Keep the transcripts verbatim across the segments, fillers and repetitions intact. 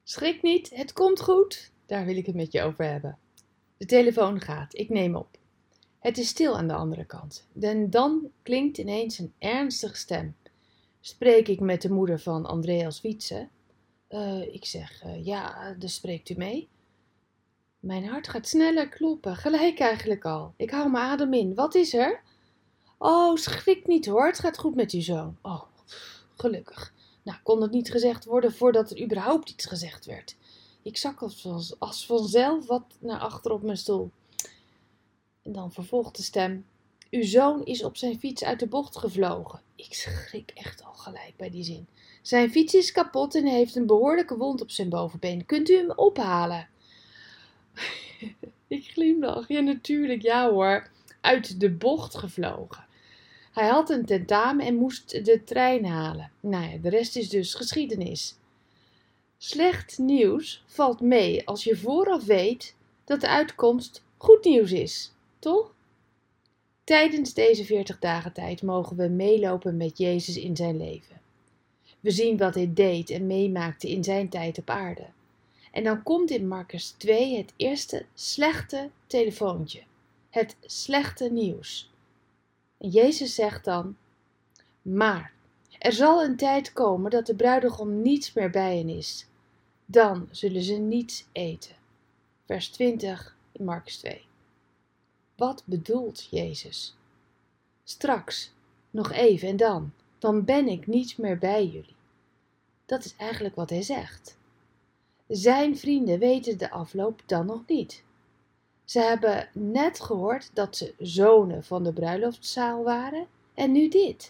Schrik niet, het komt goed. Daar wil ik het met je over hebben. De telefoon gaat, ik neem op. Het is stil aan de andere kant. En dan klinkt ineens een ernstige stem. Spreek ik met de moeder van Andreas Wietse? Uh, ik zeg, uh, ja, dus spreekt u mee? Mijn hart gaat sneller kloppen, gelijk eigenlijk al. Ik hou mijn adem in. Wat is er? Oh, schrik niet hoor, het gaat goed met uw zoon. Oh, gelukkig. Nou, kon het niet gezegd worden voordat er überhaupt iets gezegd werd. Ik zak als, als vanzelf wat naar achter op mijn stoel. En dan vervolgt de stem. Uw zoon is op zijn fiets uit de bocht gevlogen. Ik schrik echt al gelijk bij die zin. Zijn fiets is kapot en hij heeft een behoorlijke wond op zijn bovenbeen. Kunt u hem ophalen? Ik glimlach. Ja, natuurlijk, ja hoor. Uit de bocht gevlogen. Hij had een tentamen en moest de trein halen. Nou ja, de rest is dus geschiedenis. Slecht nieuws valt mee als je vooraf weet dat de uitkomst goed nieuws is, toch? Tijdens deze veertig dagen tijd mogen we meelopen met Jezus in zijn leven. We zien wat hij deed en meemaakte in zijn tijd op aarde. En dan komt in Marcus twee het eerste slechte telefoontje. Het slechte nieuws. En Jezus zegt dan, maar er zal een tijd komen dat de bruidegom niets meer bij hen is. Dan zullen ze niets eten. Vers twintig in Marcus twee. Wat bedoelt Jezus? Straks, nog even en dan, dan ben ik niet meer bij jullie. Dat is eigenlijk wat hij zegt. Zijn vrienden weten de afloop dan nog niet. Ze hebben net gehoord dat ze zonen van de bruiloftszaal waren en nu dit.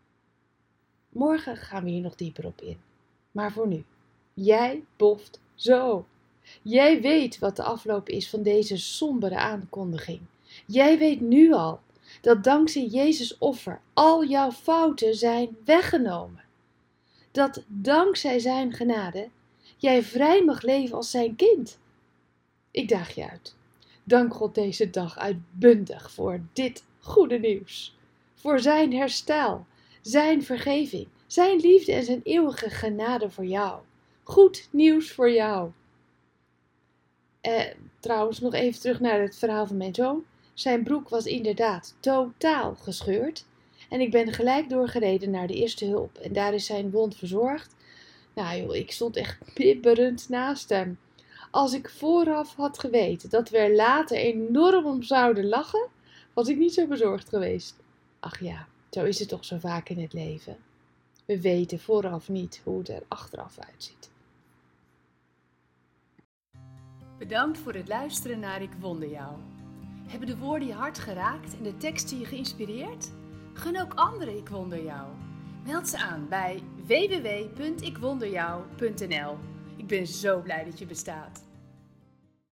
Morgen gaan we hier nog dieper op in. Maar voor nu, jij boft zo. Jij weet wat de afloop is van deze sombere aankondiging. Jij weet nu al dat dankzij Jezus' offer al jouw fouten zijn weggenomen. Dat dankzij zijn genade jij vrij mag leven als zijn kind. Ik daag je uit. Dank God deze dag uitbundig voor dit goede nieuws. Voor zijn herstel, zijn vergeving, zijn liefde en zijn eeuwige genade voor jou. Goed nieuws voor jou. Eh, trouwens, nog even terug naar het verhaal van mijn zoon. Zijn broek was inderdaad totaal gescheurd. En ik ben gelijk doorgereden naar de eerste hulp. En daar is zijn wond verzorgd. Nou joh, ik stond echt bibberend naast hem. Als ik vooraf had geweten dat we er later enorm om zouden lachen, was ik niet zo bezorgd geweest. Ach ja, zo is het toch zo vaak in het leven. We weten vooraf niet hoe het er achteraf uitziet. Bedankt voor het luisteren naar Ik Wonder Jou. Hebben de woorden je hart geraakt en de teksten je geïnspireerd? Gun ook anderen Ik Wonder Jou. Meld ze aan bij w w w punt ik wonder jou punt n l. Ik ben zo blij dat je bestaat.